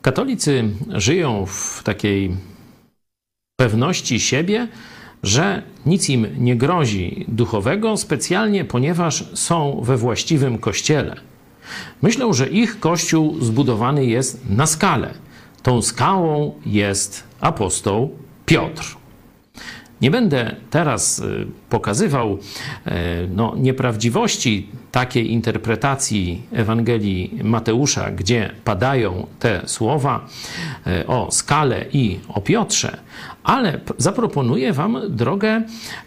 Katolicy żyją w takiej pewności siebie, że nic im nie grozi duchowego, specjalnie ponieważ są we właściwym kościele. Myślą, że ich kościół zbudowany jest na skalę. Tą skałą jest apostoł Piotr. Nie będę teraz pokazywał nieprawdziwości takiej interpretacji Ewangelii Mateusza, gdzie padają te słowa o skale i o Piotrze, ale zaproponuję wam drogę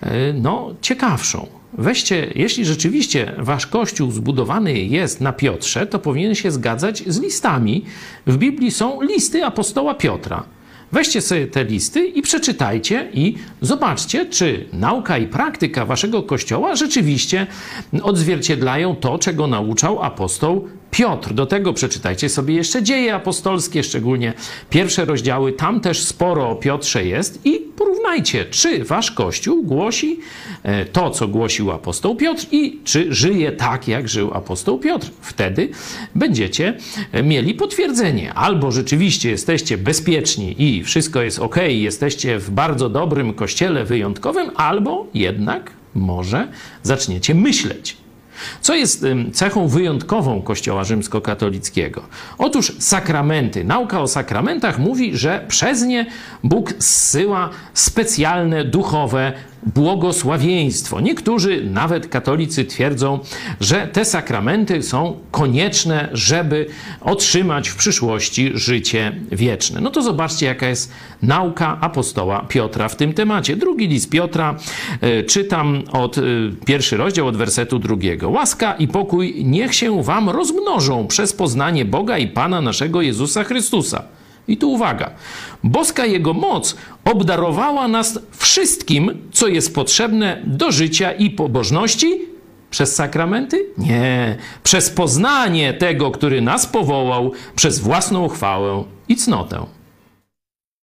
ciekawszą. Weźcie, jeśli rzeczywiście wasz kościół zbudowany jest na Piotrze, to powinien się zgadzać z listami. W Biblii są listy apostoła Piotra. Weźcie sobie te listy i przeczytajcie i zobaczcie, czy nauka i praktyka waszego kościoła rzeczywiście odzwierciedlają to, czego nauczał apostoł Piotr. Do tego przeczytajcie sobie jeszcze Dzieje apostolskie, szczególnie pierwsze rozdziały. Tam też sporo o Piotrze jest i porównajcie, czy wasz kościół głosi to, co głosił apostoł Piotr i czy żyje tak, jak żył apostoł Piotr. Wtedy będziecie mieli potwierdzenie. Albo rzeczywiście jesteście bezpieczni i wszystko jest ok, jesteście w bardzo dobrym kościele wyjątkowym, albo jednak może zaczniecie myśleć. Co jest cechą wyjątkową Kościoła rzymskokatolickiego? Otóż sakramenty. Nauka o sakramentach mówi, że przez nie Bóg zsyła specjalne duchowe błogosławieństwo. Niektórzy, nawet katolicy, twierdzą, że te sakramenty są konieczne, żeby otrzymać w przyszłości życie wieczne. No to zobaczcie, jaka jest nauka apostoła Piotra w tym temacie. Drugi list Piotra, czytam pierwszy rozdział od wersetu 2. Łaska i pokój niech się wam rozmnożą przez poznanie Boga i Pana naszego Jezusa Chrystusa. I tu uwaga. Boska Jego moc obdarowała nas wszystkim, co jest potrzebne do życia i pobożności. Przez sakramenty? Nie. Przez poznanie tego, który nas powołał, przez własną chwałę i cnotę.